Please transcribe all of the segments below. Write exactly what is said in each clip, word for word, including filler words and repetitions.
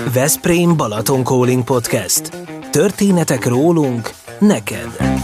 Veszprém Balaton Calling Podcast. Történetek rólunk, neked.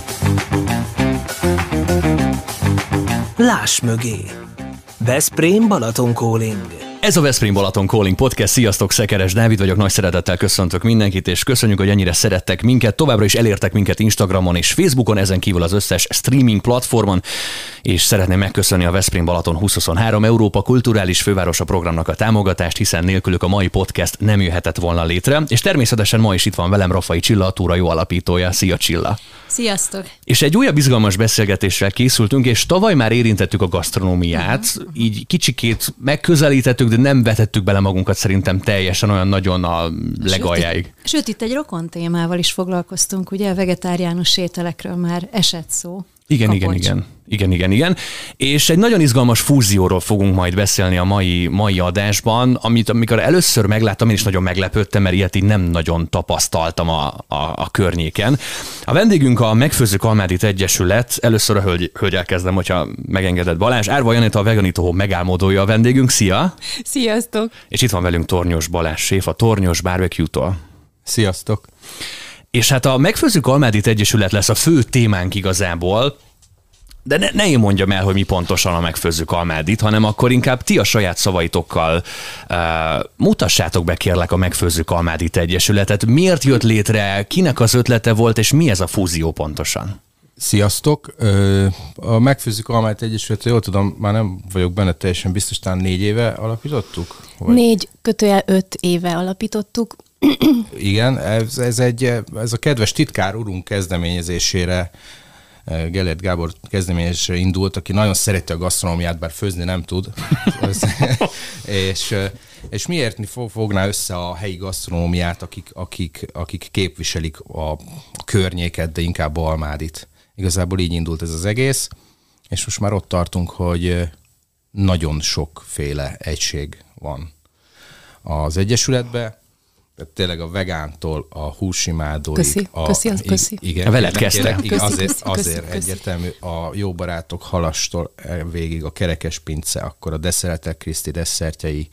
Láss mögé. Veszprém Balaton Calling. Ez a Veszprém Balaton Calling Podcast. Sziasztok, Szekeres Dávid vagyok, nagy szeretettel köszöntök mindenkit, és köszönjük, hogy ennyire szerettek minket. Továbbra is elértek minket Instagramon és Facebookon, ezen kívül az összes streaming platformon, és szeretném megköszönni a Veszprém Balaton húszhuszonhárom Európa Kulturális Fővárosa programnak a támogatást, hiszen nélkülük a mai podcast nem jöhetett volna létre, és természetesen ma is itt van velem Rafai Csilla, a túra jó alapítója. Szia, Csilla! Sziasztok! És egy újabb izgalmas beszélgetéssel készültünk, és tavaly már érintettük a gasztronómiát, uh-huh. így kicsikét megközelítettük, de nem vetettük bele magunkat szerintem teljesen olyan nagyon a legaljáig. Sőt, itt, sőt, itt egy rokon témával is foglalkoztunk, ugye a vegetáriánus ételekről már esett szó. Igen, igen, igen, igen, igen, igen. És egy nagyon izgalmas fúzióról fogunk majd beszélni a mai, mai adásban, amit amikor először megláttam, én is nagyon meglepődtem, mert ilyet így nem nagyon tapasztaltam a, a, a környéken. A vendégünk a Megfőzzük Almádit Egyesület, először a hölgy, hölgyel kezdem, hogyha megengedett, Balázs. Árva Janita, a Veganito Home megálmodója a vendégünk. Szia! Sziasztok! És itt van velünk Tornyos Balázs séf, a Tornyos Barbecue-tól. Sziasztok! És hát a Megfőzzük Almádit Egyesület lesz a fő témánk igazából, de ne, ne én mondjam el, hogy mi pontosan a Megfőzzük Almádit, hanem akkor inkább ti a saját szavaitokkal uh, mutassátok be, kérlek, a Megfőzzük Almádit Egyesületet. Miért jött létre, kinek az ötlete volt, és mi ez a fúzió pontosan? Sziasztok! A Megfőzzük Almádit Egyesület, jól tudom, már nem vagyok benne teljesen biztos, talán négy éve alapítottuk? Vagy? Négy kötőjel öt éve alapítottuk. Igen, ez, ez, egy, ez a kedves titkár urunk kezdeményezésére, Gellért Gábor kezdeményezésére indult, aki nagyon szereti a gasztronómiát, bár főzni nem tud. és, és miért fogná össze a helyi gasztronómiát, akik, akik, akik képviselik a környéket, de inkább Almádit. Igazából így indult ez az egész, és most már ott tartunk, hogy nagyon sokféle egység van az Egyesületben. Tehát tényleg a vegántól a húsimádóig. Köszi, a, köszi, az köszi. Igen, veled kezdtem. Igen, köszi, azért, köszi, azért köszi, egyértelmű, a jó barátok halastól végig a kerekes pince, akkor a Desszeretek Kriszti desszertjei,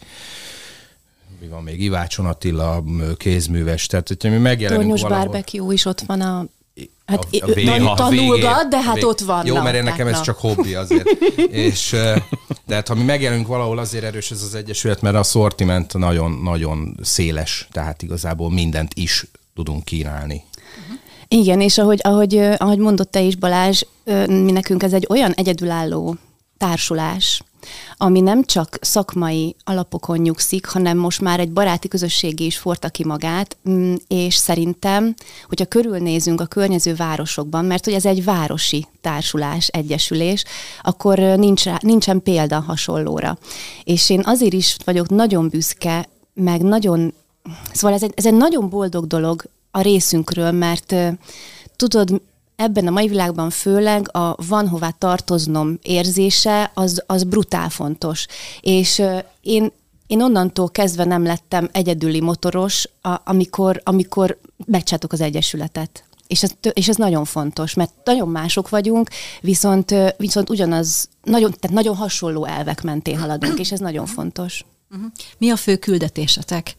mi van még, Ivácson Attila, kézműves, tehát hogyha mi megjelenünk Tornyos valahol... Barbecue is ott van a... Hát a, a végén, tanulgat, de hát végén. ott van. Jó, mert nekem ez csak hobbi azért. És, de hát ha mi megjelenünk valahol, azért erős ez az Egyesület, mert a szortiment nagyon-nagyon széles, tehát igazából mindent is tudunk kínálni. Igen, és ahogy, ahogy, ahogy mondott te is, Balázs, mi nekünk ez egy olyan egyedülálló társulás, ami nem csak szakmai alapokon nyugszik, hanem most már egy baráti közösségi is forta ki magát, és szerintem, hogyha körülnézünk a környező városokban, mert hogy ez egy városi társulás, egyesülés, akkor nincs rá, nincsen példa hasonlóra. És én azért is vagyok nagyon büszke, meg nagyon, szóval ez egy, ez egy nagyon boldog dolog a részünkről, mert tudod, ebben a mai világban főleg a van hová tartoznom érzése, az, az brutál fontos. És uh, én, én onnantól kezdve nem lettem egyedüli motoros, a, amikor, amikor megcsináltuk az Egyesületet. És ez, és ez nagyon fontos, mert nagyon mások vagyunk, viszont, viszont ugyanaz, nagyon, tehát nagyon hasonló elvek mentén haladunk, és ez nagyon fontos. Mi a fő küldetésetek?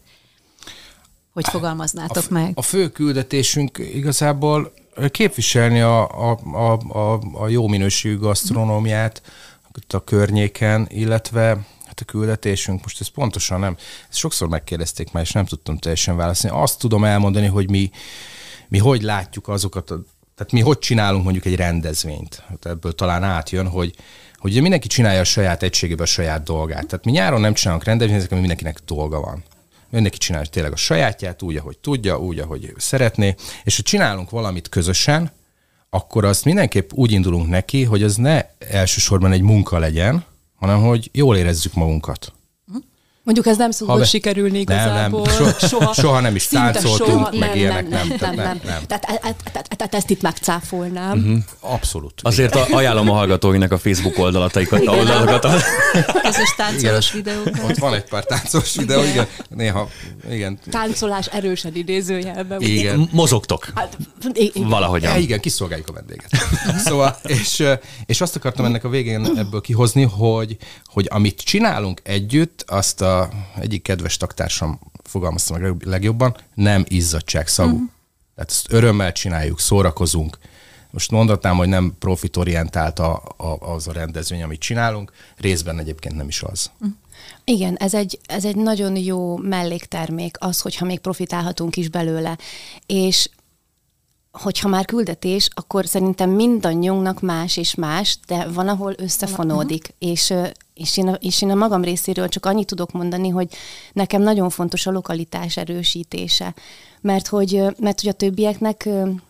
Hogy fogalmaznátok a, meg? A fő küldetésünk igazából képviselni a, a, a, a, a jó minőségű gasztronómiát a környéken, illetve hát a küldetésünk, most ez pontosan nem, ezt sokszor megkérdezték már, és nem tudtam teljesen válaszolni. Azt tudom elmondani, hogy mi, mi hogy látjuk azokat, a, tehát mi hogy csinálunk mondjuk egy rendezvényt. Hát ebből talán átjön, hogy, hogy mindenki csinálja a saját egységében a saját dolgát. Tehát mi nyáron nem csinálunk rendezvényt, ami mindenkinek dolga van. Mindenki csinálja tényleg a sajátját, úgy, ahogy tudja, úgy, ahogy szeretné, és ha csinálunk valamit közösen, akkor azt mindenképp úgy indulunk neki, hogy az ne elsősorban egy munka legyen, hanem hogy jól érezzük magunkat. Mondjuk ez nem szokott be... sikerülni igazából. Nem, nem. So, soha, soha nem is táncoltunk, soha, meg nem, ilyenek nem. nem. nem, nem, nem. nem. Tehát, tehát ezt itt megcáfolnám. Uh-huh. Abszolút. Azért ajánlom a hallgatóinak a Facebook oldalataikat, oldalakat. Közös táncolós videókat. Ott van egy pár táncolós videó, igen. Néha, igen. Táncolás erősen idézőjelben. Igen. Ugye? Mozogtok. Hát, valahogyan. Ja, igen, kiszolgáljuk a vendéget. Szóval, és, és azt akartam ennek a végén ebből kihozni, hogy, hogy amit csinálunk együtt, azt a egyik kedves taktársam fogalmaztam meg legjobban, nem izzadságszagú. Uh-huh. Tehát ezt örömmel csináljuk, szórakozunk. Most mondhatnám, hogy nem profitorientált a, a, az a rendezvény, amit csinálunk, részben egyébként nem is az. Uh-huh. Igen, ez egy, ez egy nagyon jó melléktermék az, hogyha még profitálhatunk is belőle. És hogyha már küldetés, akkor szerintem mindannyiunknak más és más, de van, ahol összefonódik. Uh-huh. És, és, én a, és én a magam részéről csak annyit tudok mondani, hogy nekem nagyon fontos a lokalitás erősítése. Mert hogy, mert hogy a többieknek,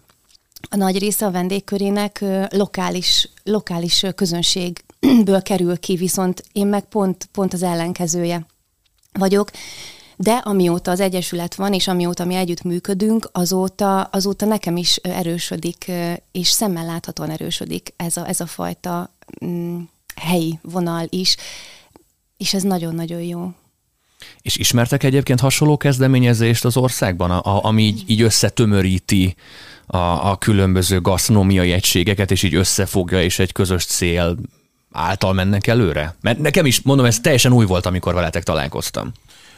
a nagy része a vendégkörének lokális, lokális közönségből kerül ki, viszont én meg pont, pont az ellenkezője vagyok. De amióta az Egyesület van, és amióta mi együtt működünk, azóta, azóta nekem is erősödik, és szemmel láthatóan erősödik ez a, ez a fajta mm, helyi vonal is, és ez nagyon-nagyon jó. És ismertek egyébként hasonló kezdeményezést az országban, a, a, ami így, így összetömöríti a, a különböző gasztronómiai egységeket, és így összefogja, és egy közös cél által mennek előre? Mert nekem is, mondom, ez teljesen új volt, amikor veletek találkoztam.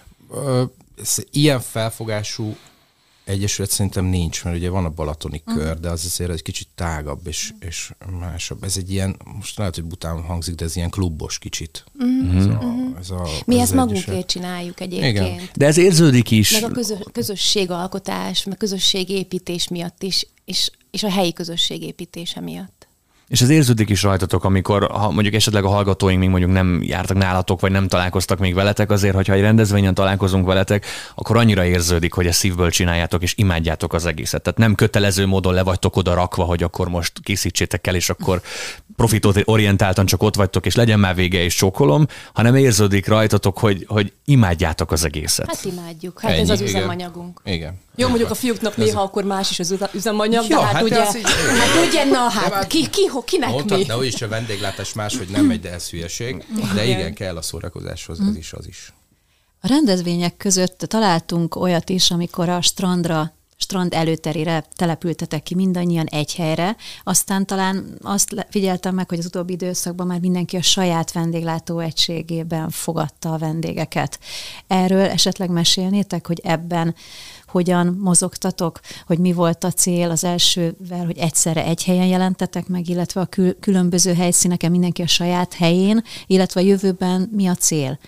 Ö, ilyen felfogású egyesület szerintem nincs, mert ugye van a balatoni uh-huh. kör, de az azért egy kicsit tágabb és, és másabb. Ez egy ilyen, most lehet, hogy bután hangzik, de ez ilyen klubos kicsit. Uh-huh. Ez a, ez a, Mi ez ezt magunkért csináljuk egyébként. Igen. De ez érződik is. Meg a közös, közösségalkotás, meg közösségépítés miatt is, és, és a helyi közösségépítése miatt. És ez érződik is rajtatok, amikor ha mondjuk esetleg a hallgatóink még mondjuk nem jártak nálatok, vagy nem találkoztak még veletek, azért, hogyha egy rendezvényen találkozunk veletek, akkor annyira érződik, hogy ezt szívből csináljátok, és imádjátok az egészet. Tehát nem kötelező módon le vagytok oda rakva, hogy akkor most készítsétek el, és akkor profitot orientáltan csak ott vagytok, és legyen már vége, és csókolom, hanem érződik rajtatok, hogy, hogy imádjátok az egészet. Hát imádjuk, hát Ennyi, ez az igen. üzemanyagunk. Igen. Jó, mondjuk a fiúknak néha akkor más is az üzemanyag, Ja, de hát, hát ugye, az így- hát ugye, na hát, már- ki, ki, ho- kinek mi? Mondhatna, úgyis a vendéglátás más, hogy nem megy, de ez hülyeség. De igen, kell a szórakozáshoz, ez is az is. A rendezvények között találtunk olyat is, amikor a strandra, strand előterére települtetek ki mindannyian egy helyre, aztán talán azt le- figyeltem meg, hogy az utóbbi időszakban már mindenki a saját vendéglátó egységében fogadta a vendégeket. Erről esetleg mesélnétek, hogy ebben hogyan mozogtatok, hogy mi volt a cél az elsővel, hogy egyszerre egy helyen jelentetek meg, illetve a kül- különböző helyszíneken mindenki a saját helyén, illetve a jövőben mi a cél?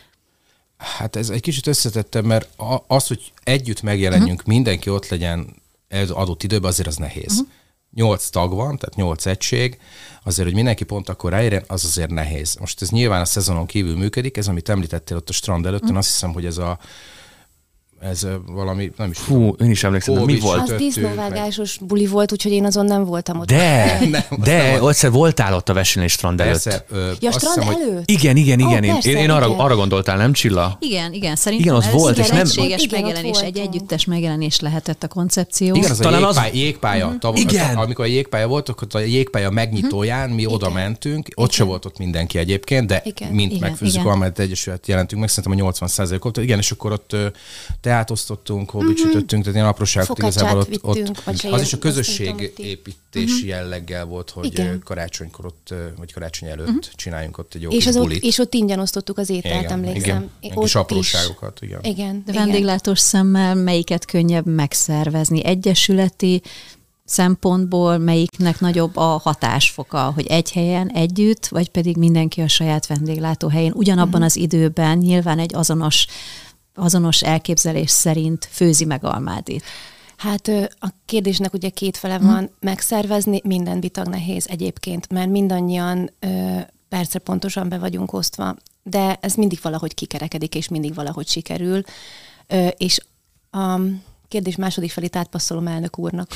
Hát ez egy kicsit összetettem, mert a- az, hogy együtt megjelenjünk, uh-huh. mindenki ott legyen ez adott időben, azért az nehéz. Uh-huh. Nyolc tag van, tehát nyolc egység, azért, hogy mindenki pont akkor ráérjen, az azért nehéz. Most ez nyilván a szezonon kívül működik, ez, amit említettél ott a strand előtt, uh-huh. azt hiszem, hogy ez a ez valami, nem is Fú, tudom. én is emlékszem, de mi Hóbics volt? Az sütöttünk, disznóvágásos buli volt, úgyhogy én azon nem voltam ott. De, Nem, azt de, nem- egyszer voltál ott a Veselé strand előtt. Persze, ö, Ja, azt strand hiszem, hogy előtt? Igen, igen, igen. Ó, én, persze, én, én arra, igen. arra gondoltál, nem Csilla? Igen, igen, szerintem Igen, az ez volt, igen, és nem- egységes Igen, ott megjelenés, egy voltunk. együttes megjelenés lehetett a koncepció. Igen, az Talán a az- jégpálya, jégpálya uh-huh. tav- Igen. amikor a jégpálya volt, akkor a jégpálya megnyitóján mi oda mentünk, ott se volt ott mindenki egyébként, de Igen. mint Igen, megfőzzük, igen. amelyet egyesület jelentünk meg, szerintem a nyolcvan százalékot. Igen, és akkor ott ö, teát osztottunk, hobbit sütöttünk, tehát ilyen apróságokat Fokácsát igazából ott, vittünk, ott vagy az ilyen- is a azt nem tudom, közösségépítési jelleggel volt, hogy Igen. ö, karácsonykor ott, ö, vagy karácsony előtt csináljunk ott egy jó És, kis az ott, bulit. és ott ingyen osztottuk az ételt, Igen, emlékszem. igen. Én Kis ott apróságokat, igen. is. Igen. De igen. vendéglátós szemmel melyiket könnyebb megszervezni? Egyesületi szempontból melyiknek nagyobb a hatásfoka, hogy egy helyen együtt, vagy pedig mindenki a saját vendéglátó helyén ugyanabban uh-huh. az időben nyilván egy azonos, azonos elképzelés szerint főzi meg Almádit. Hát ö, a kérdésnek ugye két fele van, megszervezni minden bitag nehéz egyébként, mert mindannyian ö, percre pontosan be vagyunk osztva, de ez mindig valahogy kikerekedik, és mindig valahogy sikerül, ö, és a kérdés második felét átpasszolom elnök úrnak.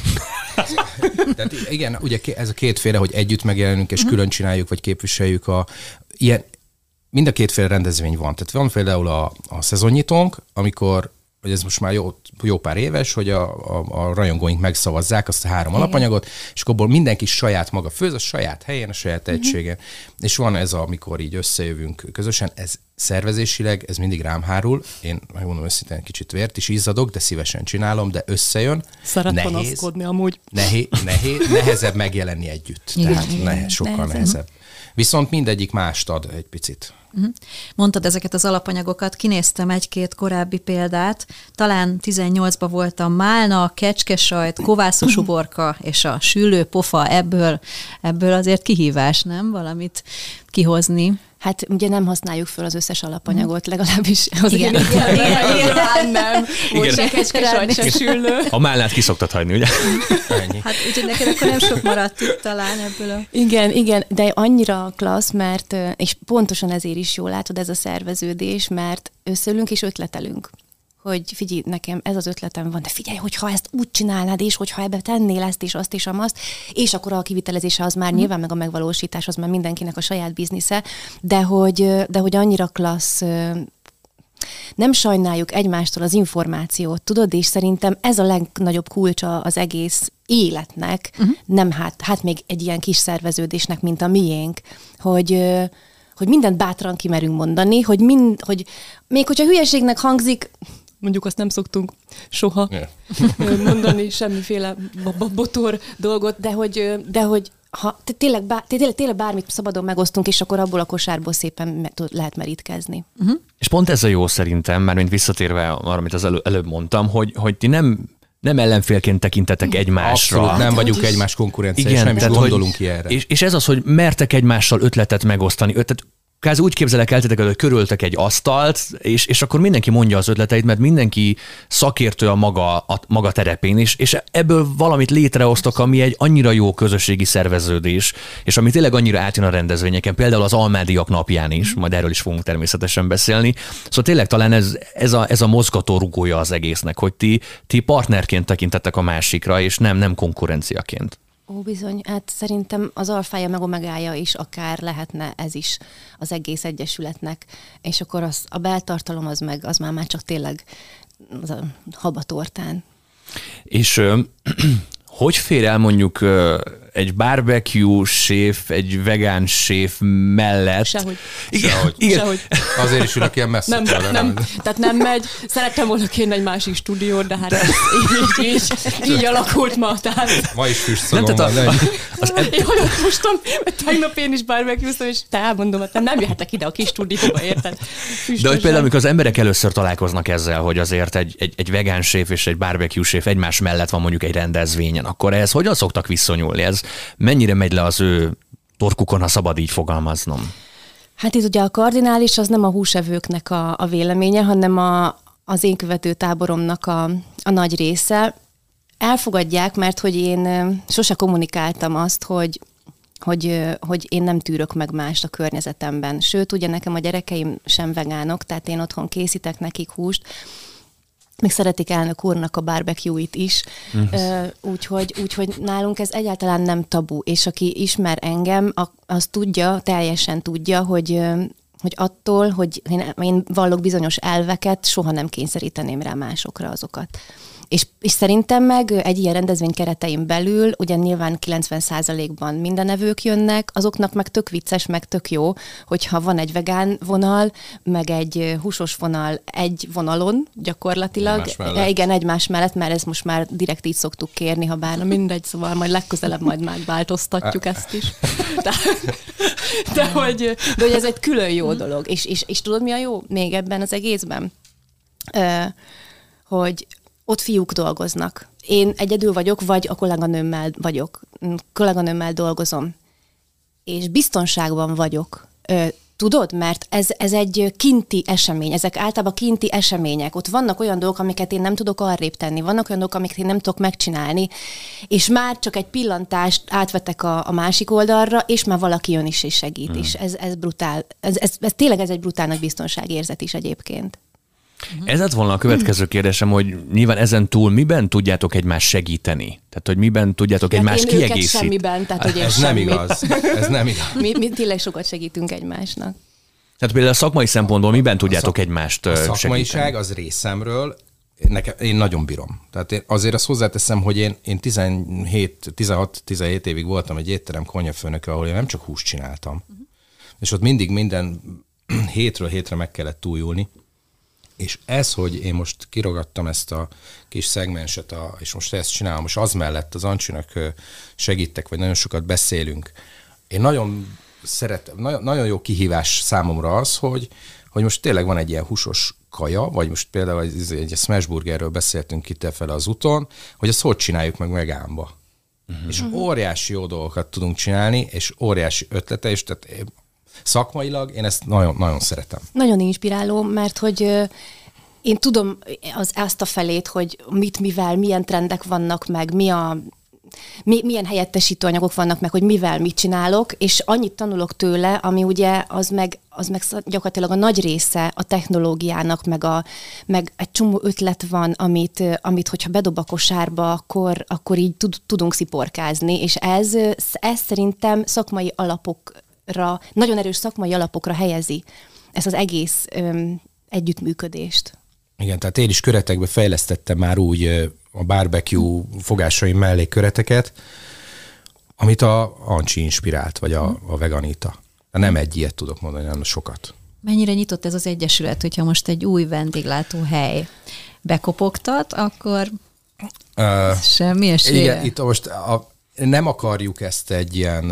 Tehát igen, ugye ez a kétféle, hogy együtt megjelenünk és külön csináljuk, vagy képviseljük a ilyen, mind a kétféle rendezvény van. Tehát van például a, a szezonnyitónk, amikor, hogy ez most már jó, jó pár éves, hogy a, a, a rajongóink megszavazzák azt a három alapanyagot, és akkor abból mindenki saját maga főz, a saját helyén, a saját egységen. És van ez, amikor így összejövünk közösen, ez szervezésileg, ez mindig rám hárul. Én megmondom őszintén, kicsit vért is izzadok, de szívesen csinálom, de összejön. Szeret Nehéz. panaszkodni amúgy. Nehéz, nehéz, nehezebb megjelenni együtt. Igen, Tehát igen. nehez, sokkal Nehezebb. nehezebb. Viszont mindegyik mást ad egy picit. Mondtad ezeket az alapanyagokat, kinéztem egy-két korábbi példát, talán tizennyolcban voltam málna, kecskesajt, kovászos uborka és a sülő pofa, ebből, ebből azért kihívás, nem? Valamit kihozni. Hát ugye nem használjuk föl az összes alapanyagot, legalábbis az Igen. én Igen, igen, nem. Most se kecskesajt, se süllő. A málnát ki szoktad hagyni, ugye? Ennyi. Hát úgyhogy neked akkor nem sok maradt itt talán ebből a... Igen, igen, de annyira klassz, mert, és pontosan ezért is jól látod ez a szerveződés, mert összeülünk és ötletelünk. Hogy figyelj, nekem ez az ötletem van, de figyelj, hogyha ezt úgy csinálnád, és hogyha ebbe tennél ezt, és azt, és amazt, és akkor a kivitelezése az már mm. nyilván meg a megvalósítás, az már mindenkinek a saját biznisze, de hogy, de hogy annyira klassz, nem sajnáljuk egymástól az információt, tudod, és szerintem ez a legnagyobb kulcsa az egész életnek, uh-huh. nem hát, hát még egy ilyen kis szerveződésnek, mint a miénk, hogy, hogy mindent bátran kimerünk mondani, hogy, mind, hogy még hogyha hülyeségnek hangzik, mondjuk azt nem szoktunk soha yeah. mondani, semmiféle botor dolgot, de hogy, de hogy ha tényleg, bár, tényleg, tényleg bármit szabadon megosztunk, és akkor abból a kosárból szépen lehet merítkezni. Uh-huh. És pont ez a jó szerintem, már mint visszatérve arra, amit az elő, előbb mondtam, hogy, hogy ti nem, nem ellenfélként tekintetek egymásra. Abszolút, nem vagyunk is egymás konkurencia, igen, és nem is tehát, gondolunk hogy, ilyenre. És, és ez az, hogy mertek egymással ötletet megosztani. Ötlet, Kázi úgy képzelek el titeket, hogy körültek egy asztalt, és, és akkor mindenki mondja az ötleteit, mert mindenki szakértő a maga, a maga terepén, és, és ebből valamit létrehoztok, ami egy annyira jó közösségi szerveződés, és ami tényleg annyira átjön a rendezvényeken, például az Almádiak napján is, majd erről is fogunk természetesen beszélni. Szóval tényleg talán ez, ez, a, ez a mozgató rugója az egésznek, hogy ti, ti partnerként tekintettek a másikra, és nem, nem konkurenciaként. Ó, bizony, hát szerintem az alfája meg omegája is akár lehetne ez is az egész egyesületnek, és akkor az, a beltartalom az meg, az már, már csak tényleg az a habatortán. És ö, hogy fér el mondjuk ö, egy barbecue séf, egy vegán séf mellett? Sehogy. Igen, Sehogy. igen. Sehogy. Azért is ülök ilyen messze. Nem, nem, nem, tehát nem megy. Szerettem volna kérni egy másik stúdiót, de hát ez így, így, így, így alakult ma. Tehát... Ma is füstszagom Nem, van. tehát a- Az Én hajott mostam, mert tegnap én is barbecue-ztam, és te elmondom, hogy nem jöhetek ide a kis stúdióba, érted? Füstös De hogy például, vagy. amikor az emberek először találkoznak ezzel, hogy azért egy, egy, egy vegán séf és egy barbecue séf egymás mellett van mondjuk egy rendezvényen, akkor ehhez hogyan szoktak viszonyulni? Ez mennyire megy le az ő torkukon, ha szabad így fogalmaznom? Hát itt ugye a kardinális az nem a húsevőknek a, a véleménye, hanem a, az én követő táboromnak a, a nagy része. Elfogadják, mert hogy én sose kommunikáltam azt, hogy, hogy, hogy én nem tűrök meg mást a környezetemben. Sőt, ugye nekem a gyerekeim sem vegánok, tehát én otthon készítek nekik húst, még szeretik elnök úrnak a barbecue-it is, uh-huh. úgyhogy, úgyhogy nálunk ez egyáltalán nem tabu, és aki ismer engem, az tudja, teljesen tudja, hogy, hogy attól, hogy én, én vallok bizonyos elveket, soha nem kényszeríteném rá másokra azokat. És, és szerintem meg egy ilyen rendezvény keretein belül, ugye nyilván kilencven százalékban mindenevők jönnek, azoknak meg tök vicces, meg tök jó, hogyha van egy vegán vonal, meg egy húsos vonal egy vonalon gyakorlatilag. Egymás mellett. Igen, egymás mellett, mert ezt most már direkt így szoktuk kérni, ha bár mindegy, szóval majd legközelebb majd már változtatjuk ezt is. De, de, hogy, de hogy ez egy külön jó dolog. És, és, és tudod, mi a jó még ebben az egészben? Ö, hogy ott fiúk dolgoznak. Én egyedül vagyok, vagy a kolléganőmmel vagyok. Kolléganőmmel dolgozom. És biztonságban vagyok. Ö, tudod? Mert ez, ez egy kinti esemény. Ezek általában kinti események. Ott vannak olyan dolgok, amiket én nem tudok arrébb tenni. Vannak olyan dolgok, amiket én nem tudok megcsinálni. És már csak egy pillantást átvetek a, a másik oldalra, és már valaki jön is és segít hmm. is. Ez, ez brutál. Ez, ez, ez tényleg ez egy brutál nagy biztonságérzet is egyébként. Ez lett volna a következő kérdésem, hogy nyilván ezen túl miben tudjátok egymást segíteni? Tehát, hogy miben tudjátok hát egymást én őket kiegészíteni? semmiben, tehát hogy én Ez semmi. nem igaz. Ez nem igaz. Mi, mi tényleg sokat segítünk egymásnak. Tehát például a szakmai szempontból miben tudjátok szak, egymást A segíteni? szakmaiság az részemről, nekem, én nagyon bírom. Tehát én azért azt hozzáteszem, hogy én, én tizenhét, tizenhat, tizenhét évig voltam egy étterem konyhafőnöke, ahol én nem csak húst csináltam. Uh-huh. És ott mindig minden hétről hétre meg kellett túljulni. És ez, hogy én most kirogattam ezt a kis szegmenset, a, és most ezt csinálom, most az mellett az Ancsinak segítek, vagy nagyon sokat beszélünk. Én nagyon szeretem, nagyon, nagyon jó kihívás számomra az, hogy, hogy most tényleg van egy ilyen húsos kaja, vagy most például egy, egy smashburgerről beszéltünk itt fele az úton, hogy azt hogy csináljuk meg vegánba. Uh-huh. És óriási jó dolgokat tudunk csinálni, és óriási ötlete, és tehát szakmailag én ezt nagyon, nagyon szeretem. Nagyon inspiráló, mert hogy én tudom az, azt a felét, hogy mit, mivel, milyen trendek vannak meg, mi a, mi, milyen helyettesítő anyagok vannak meg, hogy mivel mit csinálok, és annyit tanulok tőle, ami ugye az meg, az meg gyakorlatilag a nagy része a technológiának, meg, a, meg egy csomó ötlet van, amit, amit hogyha bedob a kosárba, akkor, akkor így tud, tudunk sziporkázni, és ez, ez szerintem szakmai alapokra, nagyon erős szakmai alapokra helyezi ezt az egész öm, együttműködést. Igen, tehát én is köretekbe fejlesztettem már úgy a barbecue fogásaim mellé köreteket, amit a Ancsi inspirált, vagy a, a Veganita. De nem egy ilyet tudok mondani, hanem sokat. Mennyire nyitott ez az egyesület, hogyha most egy új vendéglátóhely bekopogtat, akkor uh, semmi esélye? Igen, itt most a, nem akarjuk ezt egy ilyen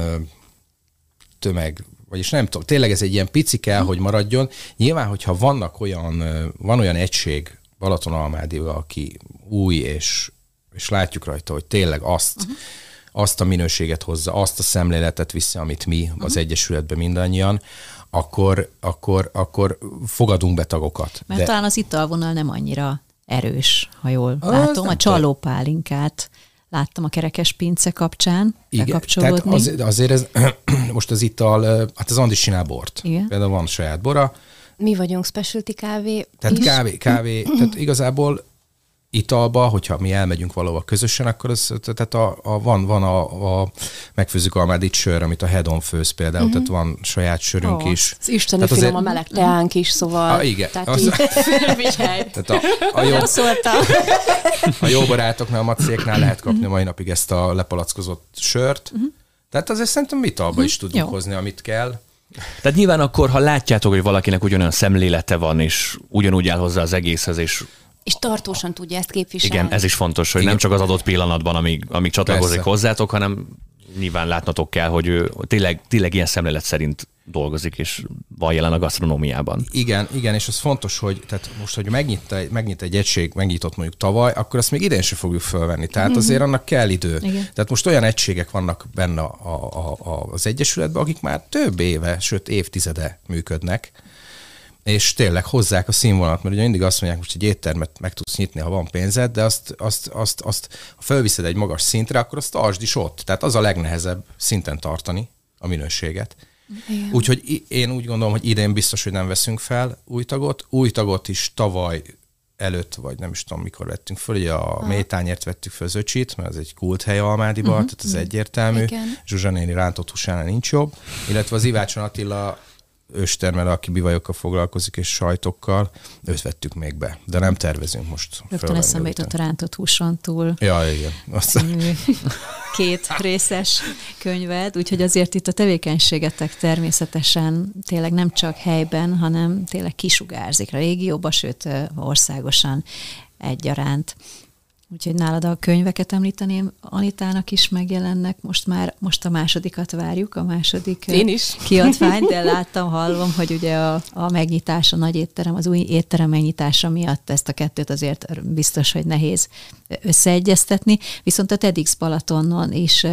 tömeg, vagyis nem tudom, tényleg ez egy ilyen pici kell, hogy maradjon. Nyilván, hogyha vannak olyan, van olyan egység Balatonalmádival, aki új, és, és látjuk rajta, hogy tényleg azt, uh-huh. azt a minőséget hozza, azt a szemléletet viszi, amit mi uh-huh. az Egyesületben mindannyian, akkor, akkor, akkor fogadunk be tagokat. Mert De... talán az italvonal nem annyira erős, ha jól az látom. A csalópálinkát láttam a kerekes pince kapcsán bekapcsolódni. Igen, tehát az, azért ez, most az ital, hát az Andi csinál bort. Igen. Például van saját bora. Mi vagyunk specialty kávé Tehát is. kávé, kávé, tehát igazából italba, hogyha mi elmegyünk valahova közösen, akkor az, tehát a, a, van, van a, a megfőzzük almádit sör, amit a Hedon főz például, uh-huh. tehát van saját sörünk oh, is. Az isteni finom azért... a meleg teánk is, szóval... A, igen. Tehát, az, így... tehát a, a, jó, a jó barátoknál, a macéknál lehet kapni mai napig ezt a lepalackozott sört. Uh-huh. Tehát azért szerintem italba uh-huh. is tudunk jó. hozni, amit kell. Tehát nyilván akkor, ha látjátok, hogy valakinek ugyanolyan szemlélete van, és ugyanúgy áll hozzá az egészhez, és és tartósan tudja ezt képviselni. Igen, ez is fontos, hogy igen. nem csak az adott pillanatban, amíg, amíg csatlakozik Persze. hozzátok, hanem nyilván látnatok kell, hogy ő tényleg, tényleg ilyen szemlélet szerint dolgozik, és van jelen a gasztronómiában. Igen, igen, és az fontos, hogy tehát most, hogy megnyit, megnyit egy egység, megnyitott mondjuk tavaly, akkor azt még idén sem fogjuk fölvenni. Tehát mm-hmm. azért annak kell idő. Igen. Tehát most olyan egységek vannak benne a, a, a, az Egyesületben, akik már több éve, sőt évtizede működnek, és tényleg hozzák a színvonalat, mert ugye mindig azt mondják, most egy éttermet meg tudsz nyitni, ha van pénzed, de azt, azt, azt, azt ha felviszed egy magas szintre, akkor azt tartsd is ott. Tehát az a legnehezebb szinten tartani a minőséget. Úgyhogy én úgy gondolom, hogy idén biztos, hogy nem veszünk fel új tagot. Új tagot is tavaly előtt, vagy nem is tudom, mikor vettünk föl, ugye a ah. mélytányért vettük föl az öcsit, mert ez egy kulthely Almádiban, uh-huh. tehát ez egyértelmű. Igen. Zsuzsa néni rántott húsánál nincs jobb. Illetve az Ivácson Attila őstermelő, aki bivajokkal foglalkozik, és sajtokkal, őt vettük még be, de nem tervezünk most. Rögtön eszembe jutott a rántott húson túl. Ja, igen. Azt... Két részes könyved, úgyhogy azért itt a tevékenységetek természetesen tényleg nem csak helyben, hanem tényleg kisugárzik a régióba, sőt országosan egyaránt. Úgyhogy nálad a könyveket említeném, Anitának is megjelennek, most már, most a másodikat várjuk, a második Én is. kiadványt, de láttam, hallom, hogy ugye a, a megnyitás, a nagy étterem, az új étterem megnyitása miatt ezt a kettőt azért biztos, hogy nehéz összeegyeztetni, viszont a TEDx Balatonon is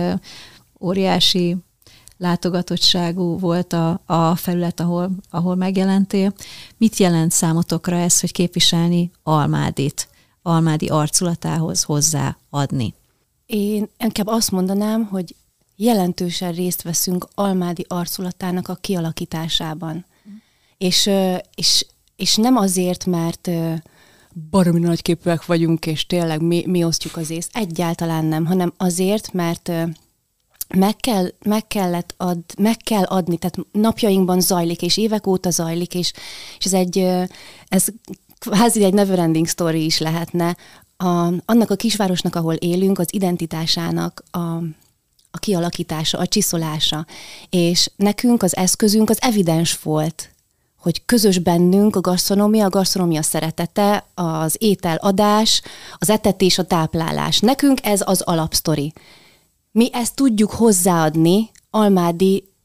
óriási látogatottságú volt a, a felület, ahol, ahol megjelentél. Mit jelent számotokra ez, hogy képviselni Almádit, Almádi arculatához hozzáadni? Én inkább azt mondanám, hogy jelentősen részt veszünk Almádi arculatának a kialakításában. Mm. És, és, és nem azért, mert baromi nagyképűek vagyunk, és tényleg mi, mi osztjuk az észt. Egyáltalán nem, hanem azért, mert meg, kell, meg, kellett ad, meg kell adni, tehát napjainkban zajlik, és évek óta zajlik, és, és ez egy, ez kvázi egy neverending story is lehetne. A, annak a kisvárosnak, ahol élünk, az identitásának a, a kialakítása, a csiszolása. És nekünk az eszközünk az evidens volt, hogy közös bennünk a gasztronómia, a gasztronómia szeretete, az ételadás, az etetés, a táplálás. Nekünk ez az alapsztori. Mi ezt tudjuk hozzáadni Almádi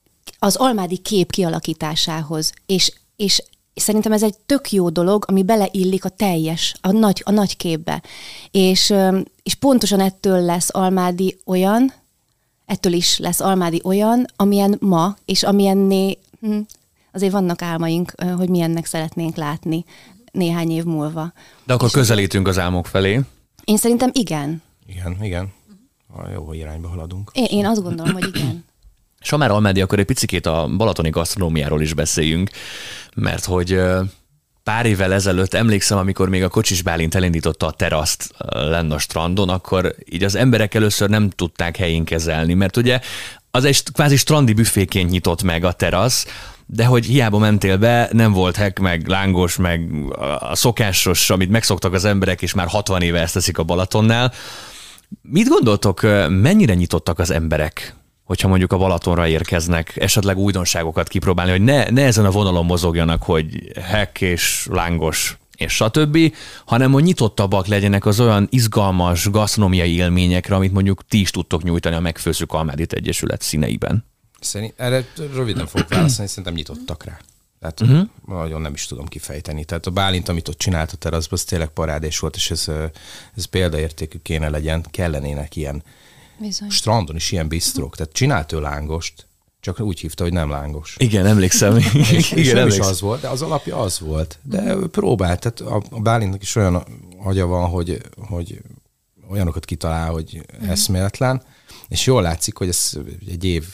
az almádi kép kialakításához, és, és szerintem ez egy tök jó dolog, ami beleillik a teljes, a nagy, a nagy képbe. És, és pontosan ettől lesz Almádi olyan, ettől is lesz Almádi olyan, amilyen ma, és amilyenné, hm, azért vannak álmaink, hogy milyennek szeretnénk látni néhány év múlva. De akkor és közelítünk az álmok felé. Én szerintem igen. Igen, igen. A jó irányba haladunk. Én, én azt gondolom, hogy igen. És ha már Almádi, akkor egy picikét a balatoni gasztronómiáról is beszéljünk, mert hogy pár évvel ezelőtt emlékszem, amikor még a Kocsis Bálint elindította a teraszt lenn a strandon, akkor így az emberek először nem tudták helyén kezelni, mert ugye az egy kvázi strandi büféként nyitott meg a terasz, de hogy hiába mentél be, nem volt hek, meg lángos, meg a szokásos, amit megszoktak az emberek, és már hatvan éve ezt teszik a Balatonnál. Mit gondoltok, mennyire nyitottak az emberek, hogyha mondjuk a Balatonra érkeznek, esetleg újdonságokat kipróbálni, hogy ne, ne ezen a vonalon mozogjanak, hogy hek és lángos és stb., hanem hogy nyitottabbak legyenek az olyan izgalmas gasztronómiai élményekre, amit mondjuk ti is tudtok nyújtani a Megfőzzük Almádit Egyesület színeiben. Szerint, erre röviden fogok válaszolni, szerintem nyitottak rá. Tehát uh-huh. nagyon nem is tudom kifejteni. Tehát a Bálint, amit ott csinált a teraszban, az tényleg parádés volt, és ez, ez példaértékű kéne legyen, kellenének ilyen Bizony. Strandon is ilyen bisztrók. Tehát csinált ő lángost, csak úgy hívta, hogy nem lángos. Igen, emlékszem. és, Igen, és nem emlékszem. is az volt, de az alapja az volt. De ő próbált, tehát a, a Bálintnak is olyan agya van, hogy, hogy olyanokat kitalál, hogy uh-huh. eszméletlen, és jól látszik, hogy ez egy év,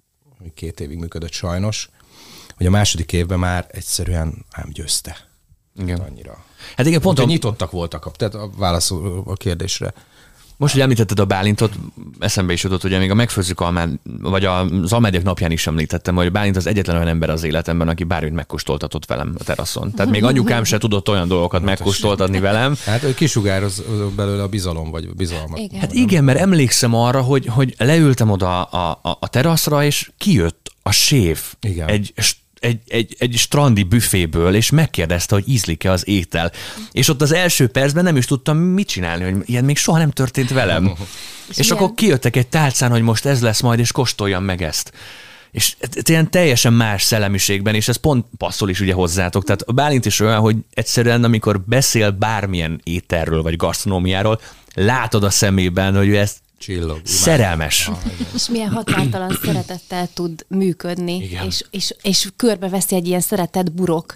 két évig működött sajnos, hogy a második évben már egyszerűen nem győzte. Igen. Annyira. Hát igen, pont a... a... nyitottak voltak, tehát a válasz a kérdésre. Most, hogy említetted a Bálintot, eszembe is jutott, ugye még a Megfőzzük Almád, vagy az Almádiak napján is említettem, hogy Bálint az egyetlen olyan ember az életemben, aki bármit megkóstoltatott velem a teraszon. Tehát még anyukám se tudott olyan dolgokat megkóstoltatni velem. Hát ő kisugároz belőle a bizalom, vagy a bizalmat. Igen. Hát igen, mert emlékszem arra, hogy, hogy leültem oda a, a, a teraszra, és kijött a séf igen. egy Egy, egy, egy strandi büféből, és megkérdezte, hogy ízlik-e az étel. És ott az első percben nem is tudtam mit csinálni, hogy ilyen még soha nem történt velem. és és akkor kijöttek egy tálcán, hogy most ez lesz majd, és kóstoljam meg ezt. És ilyen teljesen más szellemiségben, és ez pont passzol is ugye hozzátok. Tehát a Bálint is olyan, hogy egyszerűen amikor beszél bármilyen ételről, vagy gasztronómiáról, látod a szemében, hogy ő ezt Csillog, szerelmes. Ah, és milyen határtalan szeretettel tud működni, és, és, és körbeveszi egy ilyen szeretett burok.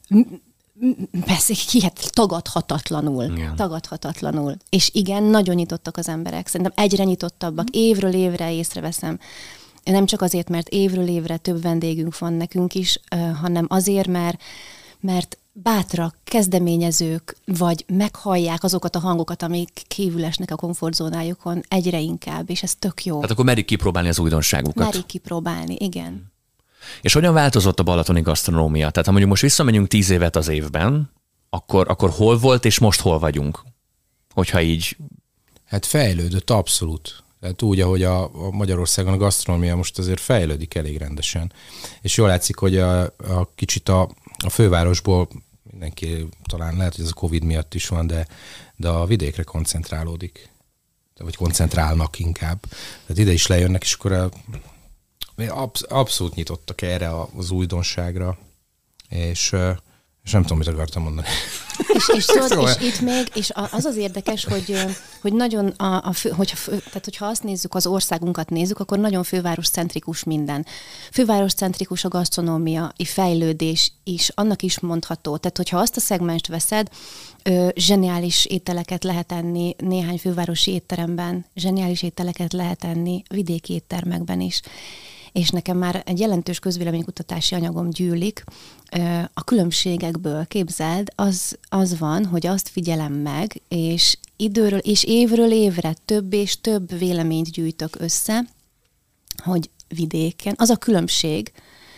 Persze, hihet, tagadhatatlanul. Igen. Tagadhatatlanul. És igen, nagyon nyitottak az emberek. Szerintem egyre nyitottabbak. Évről évre észreveszem. Nem csak azért, mert évről évre több vendégünk van nekünk is, hanem azért, mert, mert bátrak, kezdeményezők, vagy meghallják azokat a hangokat, amik kívül esnek a komfortzónájukon egyre inkább, és ez tök jó. Tehát akkor merik kipróbálni az újdonságukat. Merik kipróbálni, igen. És hogyan változott a balatoni gasztronómia? Tehát ha mondjuk most visszamegyünk tíz évet az évben, akkor, akkor hol volt, és most hol vagyunk? Hogyha így... Hát fejlődött abszolút. Tehát úgy, ahogy a, a Magyarországon a gasztronómia most azért fejlődik elég rendesen. És jól látszik, hogy a, a kicsit a, a fővárosból mindenki, talán lehet, hogy ez a Covid miatt is van, de, de a vidékre koncentrálódik. Vagy koncentrálnak inkább. Tehát ide is lejönnek, és akkor a, absz, abszolút nyitottak erre az újdonságra, és, és nem tudom, mit akartam mondani. És, és, tudod, és itt még, és az az érdekes, hogy, hogy nagyon, a, a fő, hogyha, tehát hogyha azt nézzük, az országunkat nézzük, akkor nagyon fővároscentrikus minden. Fővároscentrikus a gasztronómia, a fejlődés is, annak is mondható. Tehát, hogyha azt a szegmenst veszed, ö, zseniális ételeket lehet enni néhány fővárosi étteremben, zseniális ételeket lehet enni vidéki éttermekben is. És nekem már egy jelentős közvéleménykutatási anyagom gyűlik, a különbségekből, képzeld, az, az van, hogy azt figyelem meg, és időről és évről évre több és több véleményt gyűjtök össze, hogy vidéken, az a különbség,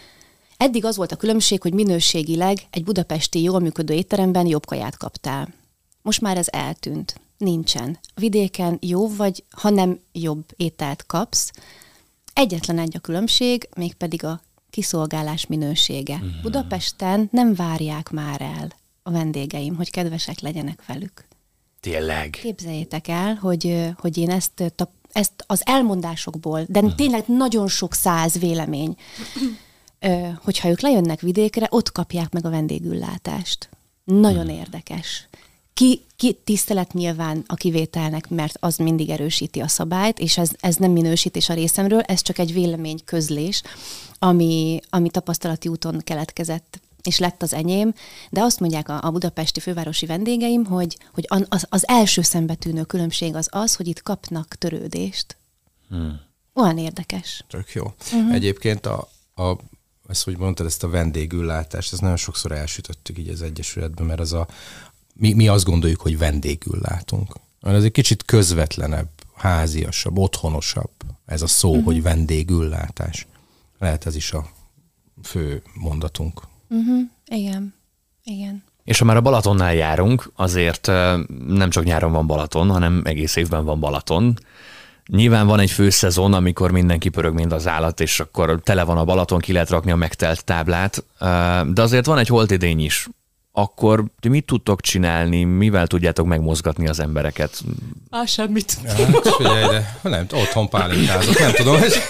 eddig az volt a különbség, hogy minőségileg egy budapesti jól működő étteremben jobb kaját kaptál. Most már ez eltűnt. Nincsen. Vidéken jó vagy, ha nem jobb ételt kapsz. Egyetlen egy a különbség, mégpedig a kiszolgálás minősége. Mm. Budapesten nem várják már el a vendégeim, hogy kedvesek legyenek velük. Tényleg? Képzeljétek el, hogy, hogy én ezt, ezt az elmondásokból, de mm. tényleg nagyon sok száz vélemény, hogyha ők lejönnek vidékre, ott kapják meg a vendégüllátást. Nagyon hmm. érdekes. Ki, ki tisztelet nyilván a kivételnek, mert az mindig erősíti a szabályt, és ez, ez nem minősítés a részemről, ez csak egy véleményközlés, ami, ami tapasztalati úton keletkezett, és lett az enyém, de azt mondják a, a budapesti fővárosi vendégeim, hogy, hogy az, az első szembetűnő különbség az az, hogy itt kapnak törődést. Hmm. Olyan érdekes. Tök jó. Uh-huh. Egyébként a, a, ezt, hogy mondtad, ezt a vendégüllátást, ezt nagyon sokszor elsütöttük így az Egyesületben, mert az a, mi, mi azt gondoljuk, hogy vendégül látunk. Ez egy kicsit közvetlenebb, háziasabb, otthonosabb ez a szó, uh-huh. hogy vendégüllátás. Lehet ez is a fő mondatunk. Uh-huh. Igen, igen. És ha már a Balatonnál járunk, azért nem csak nyáron van Balaton, hanem egész évben van Balaton. Nyilván van egy főszezon, amikor mindenki pörög, mind az állat, és akkor tele van a Balaton, ki lehet rakni a megtelt táblát, de azért van egy holtidény is. Akkor ti mit tudtok csinálni, mivel tudjátok megmozgatni az embereket? Á, semmit. Ja, figyelj, de nem, otthon pálinkázok, nem tudom. Hogy...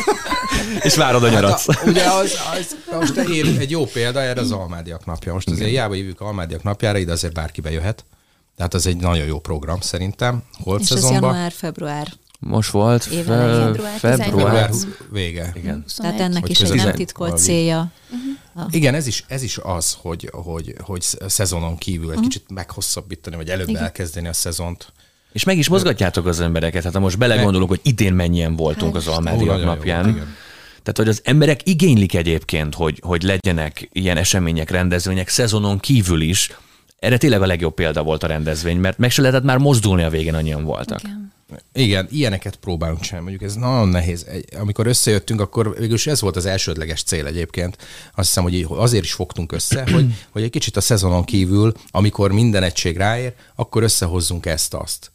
És várod a nyarat. Hát a, ugye az, az, most egy, egy jó példa erre az Almádiak napja. Most azért hiába hívjuk Almádiak napjára, ide azért bárki bejöhet. Tehát az egy nagyon jó program szerintem. Holt és szezonban. ez január-február. Most volt fe, február, február vége. Igen. Tehát ennek hogy is egy nem titkolt célja. Uh-huh. Ah. Igen, ez is, ez is az, hogy, hogy, hogy szezonon kívül egy uh-huh. kicsit meghosszabbítani, vagy előbb Igen. elkezdeni a szezont. És meg is mozgatjátok az embereket. Hát ha most belegondolunk, hogy idén mennyien voltunk az Almádiak napján. Jó, tehát, hogy az emberek igénylik egyébként, hogy, hogy legyenek ilyen események, rendezvények szezonon kívül is. Erre tényleg a legjobb példa volt a rendezvény, mert meg se lehetett már mozdulni a végén, annyian voltak. Igen. Igen, ilyeneket próbálunk csinálni. Mondjuk ez nagyon nehéz. Amikor összejöttünk, akkor végülis ez volt az elsődleges cél egyébként. Azt hiszem, hogy azért is fogtunk össze, hogy, hogy egy kicsit a szezonon kívül, amikor minden egység ráér, akkor összehozzunk ezt-azt.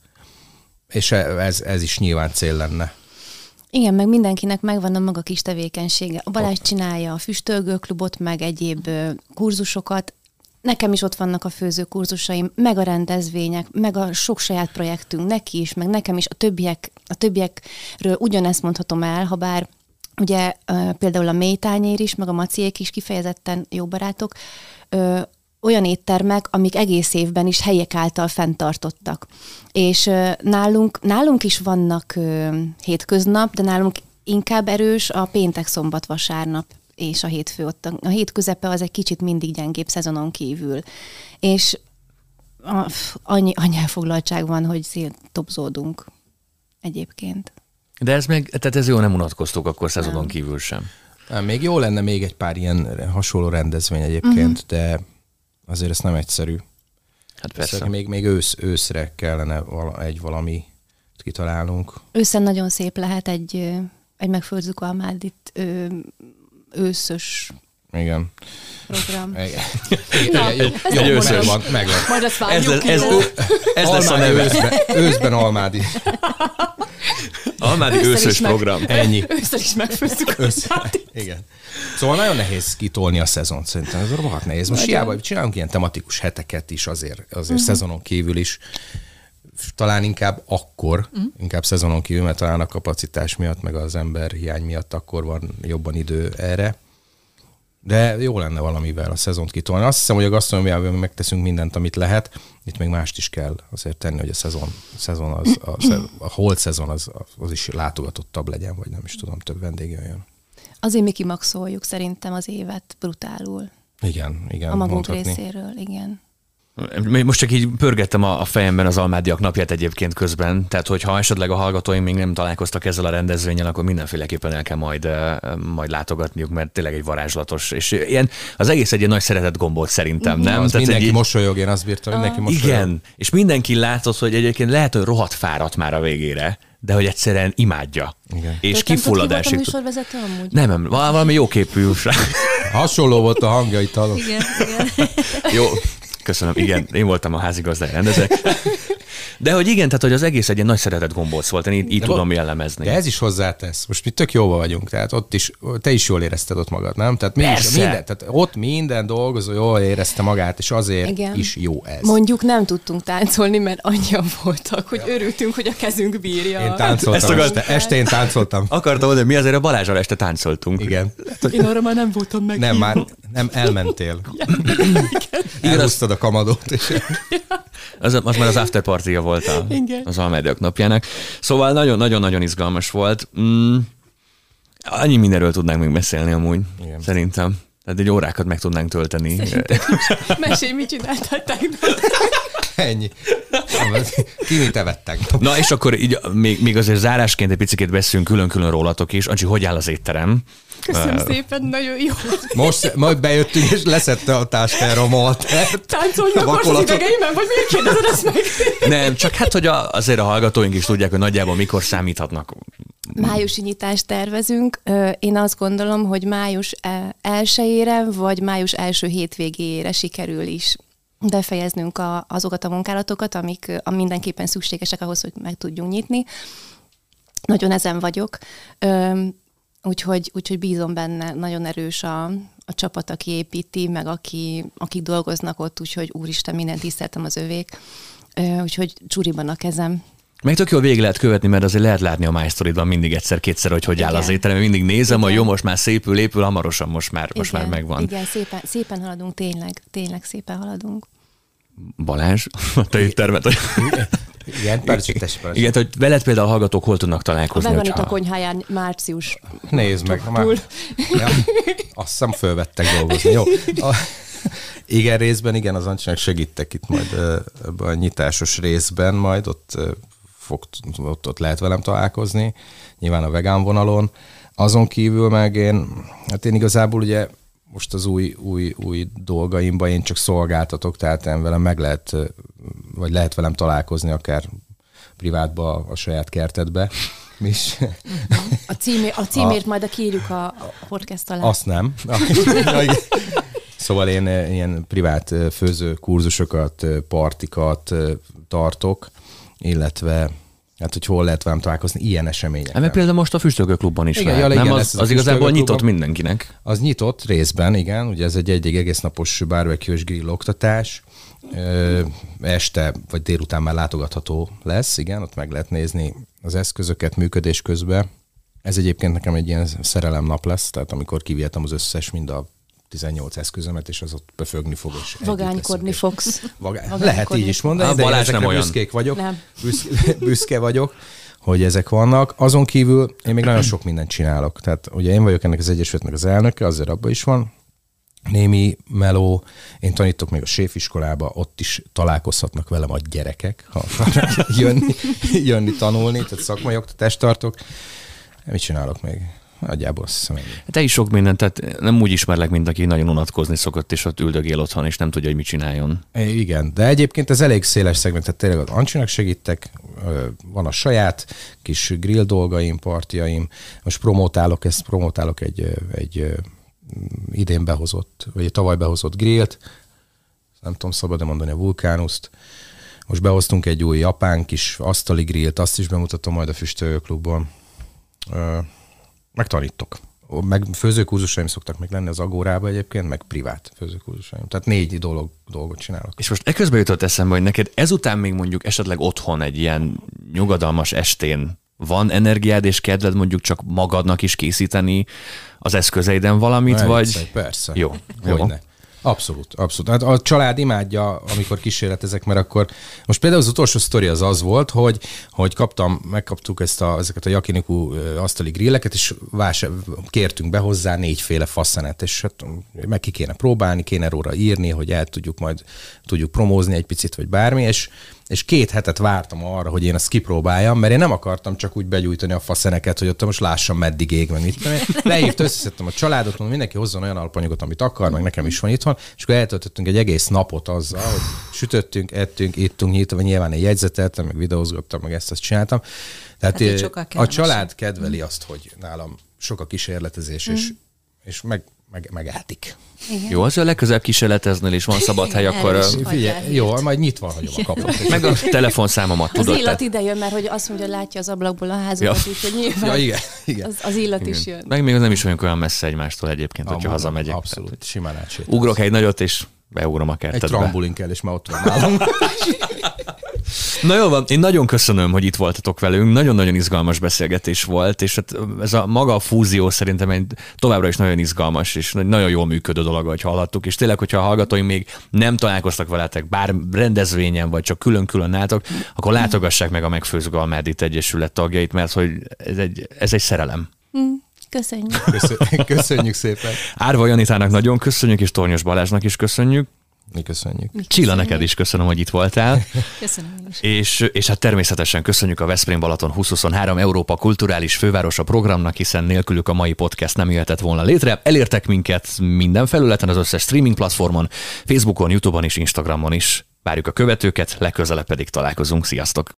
És ez, ez is nyilván cél lenne. Igen, meg mindenkinek megvan a maga kis tevékenysége. A Balázs csinálja a füstölgőklubot, meg egyéb kurzusokat. Nekem is ott vannak a főzőkurzusaim, meg a rendezvények, meg a sok saját projektünk neki is, meg nekem is, a többiek, a többiekről ugyanezt mondhatom el, ha bár ugye például a Mélytányér is, meg a Maciék is kifejezetten jó barátok, ö, olyan éttermek, amik egész évben is helyek által fenntartottak. És ö, nálunk, nálunk is vannak ö, hétköznap, de nálunk inkább erős a péntek, szombat, vasárnap és a hétfő. Ott a, a hét közepe az egy kicsit mindig gyengébb szezonon kívül. És a, annyi, annyi elfoglaltság van, hogy topzódunk egyébként. De ez meg, tehát ez jó, nem unatkoztuk akkor szezonon nem. kívül sem. Nem, még jó lenne még egy pár ilyen hasonló rendezvény egyébként, uh-huh. de azért ez nem egyszerű. Hát persze. Szóval még, még ősz, őszre kellene vala, egy valami kitalálnunk. Őszen nagyon szép lehet egy, egy megfőzzük Almádit őszös Igen. program. Igen. Igen, jó, jó, jó őszös van, megvan. Majd ezt várjuk ez, ez, ez, ez lesz a neve. Őszben, őszben Almádi. Almádi őszös, őszös program. Meg, ennyi. Ősszel is megfőzzük Almádit. Igen. Szóval nagyon nehéz kitolni a szezont, szerintem ez rohadt nehéz. Most hiába csinálunk ilyen tematikus heteket is azért, azért uh-huh. szezonon kívül is. Talán inkább akkor, uh-huh. inkább szezonon kívül, mert talán a kapacitás miatt, meg az ember hiány miatt akkor van jobban idő erre. De jó lenne valamivel a szezont kitolni. Azt hiszem, hogy a gasztronómiában megteszünk mindent, amit lehet. Itt még mást is kell azért tenni, hogy a szezon, a, szezon az, a, a holt szezon az, az is látogatottabb legyen, vagy nem is tudom, több vendég jöjjön. Azért mi kimaxoljuk szerintem az évet brutálul. Igen, igen. A magunk mondhatni. Részéről, igen. Most csak így pörgettem a fejemben az Almádiak napját egyébként közben, tehát hogyha esetleg a hallgatóim még nem találkoztak ezzel a rendezvényen, akkor mindenféleképpen el kell majd, majd látogatniuk, mert tényleg egy varázslatos, és ilyen, az egész egy ilyen nagy szeretett gombóc szerintem, nem? Az tehát mindenki egy... mosolyog, én azt bírtam, mindenki mosolyog. Igen, és mindenki látott, hogy egyébként lehet, hogy rohadt fáradt már a végére, de hogy egyszerűen imádja. Igen. És kifulladásig. Nem műsorvezető amúgy? Nem, nem, valami jóképű. Hasonló volt a hangja itt hallom. Igen, igen. Jó. Köszönöm, igen, én voltam a házigazdája, rendezek. De hogy igen, tehát hogy az egész egy ilyen nagy szeretett gombóc volt, én így, így tudom jellemezni. De ez is hozzátesz. Most mi tök jóba vagyunk, tehát ott is, te is jól érezted ott magad, nem? Tehát, mi is, minden, tehát ott minden dolgozó jól érezte magát, és azért igen. is jó ez. Mondjuk nem tudtunk táncolni, mert annyian voltak, hogy örültünk, hogy a kezünk bírja. Én táncoltam este, este én táncoltam. Akartam mondani, mi azért a Balázsral este táncoltunk. Igen. Én arra már nem voltam meg. Nem, már nem elmentél. Elhúztad a kamadót. És... Az, az már az after party-ja volt a, az Almediak napjának. Szóval nagyon-nagyon izgalmas volt. Mm, annyi mindenről tudnánk még beszélni amúgy, igen. Szerintem. Tehát egy órákat meg tudnánk tölteni. Mesélj, mit csináltál tegnap? Ennyi. Ki mit evettek? Na és akkor így még, még azért zárásként egy picit beszélünk külön-külön rólatok is. Ancsi, hogy áll az étterem? Köszönöm uh, szépen, nagyon jó. Most majd bejöttünk, és leszette a táskára a maltert. Táncolnak most az üvegeimen, vagy miért kérdezed ezt meg? Nem, csak hát, hogy a, azért a hallgatóink is tudják, hogy nagyjából mikor számíthatnak. Májusi nyitást tervezünk. Én azt gondolom, hogy május elsejére, vagy május első hétvégére sikerül is befejeznünk a, azokat a munkálatokat, amik a mindenképpen szükségesek ahhoz, hogy meg tudjunk nyitni. Nagyon ezen vagyok. Úgyhogy, úgyhogy bízom benne, nagyon erős a, a csapat, aki építi, meg aki, akik dolgoznak ott, úgyhogy úristen, mindent tiszteltem az övék. Úgyhogy csuriban a kezem. Meg tök jól végig lehet követni, mert azért lehet látni a My Story-ban mindig egyszer-kétszer, hogy hogy igen. áll az étterem. Mindig nézem, hogy jó, most már szépül, épül, hamarosan most már, most már megvan. Igen, szépen, szépen haladunk, tényleg, tényleg szépen haladunk. Balázs, a te éttermet. Igen, percítes, igen, hogy veled például a hallgatók hol tudnak találkozni? A Veganita konyháján március. Nézd meg, már. Ja, azt hiszem fölvettek dolgozni. Jó. A, igen, részben, igen, az Ancsinak segítek itt majd ebben a nyitásos részben, majd ott, fog, ott, ott lehet velem találkozni, nyilván a vegán vonalon. Azon kívül meg én, hát én igazából ugye most az új, új, új dolgaimban én csak szolgáltatok, tehát én velem meg lehet, vagy lehet velem találkozni akár privátba, a saját kertedbe. Mi is. A, címé, a címért a, majd a kiírjuk a, a podcast alá. Azt nem. Szóval én ilyen privát főző kurzusokat, partikat tartok, illetve hát, hogy hol lehet velem találkozni ilyen eseményekkel. Mert például most a Füstölgőklubban is igen, lehet, ja, nem? Igen, az, az igazából nyitott mindenkinek. Az nyitott részben, igen. Ugye ez egy egy egész napos barbecue-s grill oktatás. Este vagy délután már látogatható lesz, igen, ott meg lehet nézni az eszközöket működés közben. Ez egyébként nekem egy ilyen szerelemnap lesz, tehát amikor kivihetem az összes, mind a tizennyolc eszközömet, és az ott befögni fog. Vagánykodni fogsz. Vagá... Lehet így is mondani, de Balázs ezekre nem olyan. büszkék vagyok. Büszke, büszke vagyok, hogy ezek vannak. Azon kívül én még nagyon sok mindent csinálok. Tehát ugye én vagyok ennek az egyesületnek az elnöke, azért abban is van némi meló. Én tanítok még a séfiskolába, ott is találkozhatnak velem a gyerekek, ha jönni, jönni tanulni, tehát szakmai oktatást tartok. Mit csinálok még? Nagyjából azt hiszem ennyi. Te is sok mindent, tehát nem úgy ismerlek, mint aki nagyon unatkozni szokott, és ott üldögél otthon, és nem tudja, hogy mit csináljon. É, igen, de egyébként ez elég széles szegment, tehát tényleg az Ancsinak segítek, van a saját kis grill dolgaim, partiaim, most promotálok, ezt promotálok egy, egy idén behozott, vagy tavaly behozott grillt, nem tudom, szabad-e mondani a Vulkánuszt. Most behoztunk egy új japán kis asztali grillt, azt is bemutatom majd a Füstölőklubban. Meg tanítok. Meg főzőkurzusaim szoktak meg lenni az Agórában egyébként, meg privát főzőkurzusaim. Tehát négy dolog, dolgot csinálok. És most eközben jutott eszembe, hogy neked ezután még mondjuk esetleg otthon egy ilyen nyugodalmas estén van energiád és kedved mondjuk csak magadnak is készíteni az eszközeiden valamit, Na, vagy... Egyszer, persze. Jó. Hogyne. Abszolút, abszolút. Hát a család imádja, amikor kísérletezek, mert akkor most például az utolsó sztori az az volt, hogy, hogy kaptam, megkaptuk ezt a, ezeket a Yakiniku asztali grilleket, és vás, kértünk be hozzá négyféle faszenet, és hát meg ki kéne próbálni, kéne róla írni, hogy el tudjuk majd tudjuk promózni egy picit, vagy bármi, és és két hetet vártam arra, hogy én ezt kipróbáljam, mert én nem akartam csak úgy begyújtani a faszeneket, hogy ott most lássam, meddig ég, meg mit. Lehívt, összeszedtem a családot, mondom, mindenki hozzon olyan alapanyagot, amit akar, meg nekem is van itthon, és akkor eltöltöttünk egy egész napot azzal, hogy sütöttünk, ettünk, ittunk, nyitva, nyilván én jegyzeteltem, meg videózgattam, meg ezt azt csináltam. Tehát hát a család kedveli azt, hogy nálam sok a kísérletezés, mm. és, és meg meg, megehetik. Igen. Jó, az, hogy a legközelebb kísérleteznél is van szabad hely, akkor... Erős. Figyelj, jó, majd nyitva hagyom a kaput. Meg a telefonszámomat Az tudod. illat te. ide jön, mert hogy azt mondja, hogy látja az ablakból a házukat, Ja. úgyhogy nyilván Ja, igen, igen. Az, az illat is jön. Meg még az nem is vagyunk olyan messze egymástól egyébként, hogyha Amúgy, hazamegyek. Abszolút, simán átsétálsz. Ugrok egy nagyot, és beugrom a Egy kertetbe. trambulin kell, és már ott van nálam. Na jó van, én nagyon köszönöm, hogy itt voltatok velünk, nagyon-nagyon izgalmas beszélgetés volt, és hát ez a maga a fúzió szerintem egy továbbra is nagyon izgalmas, és nagyon jól működő dolog, ahogy hallhattuk, és tényleg, hogyha a hallgatóim még nem találkoztak veletek, bár rendezvényen, vagy csak külön-külön nálatok, akkor látogassák meg a Megfőzzük Almádit Egyesület tagjait, mert hogy ez egy, ez egy szerelem. Köszönjük. Köszönjük, köszönjük szépen. Árva Janitának nagyon köszönjük, és Tornyos Balázsnak is köszönjük. Mi köszönjük. Csilla, neked is köszönöm, hogy itt voltál. Köszönöm én is. És, és hát természetesen köszönjük a Veszprém Balaton húsz-huszonhárom Európa kulturális fővárosa programnak, hiszen nélkülük a mai podcast nem jöhetett volna létre. Elértek minket minden felületen, az összes streaming platformon, Facebookon, YouTube-on és Instagramon is. Várjuk a követőket, legközelebb pedig találkozunk. Sziasztok!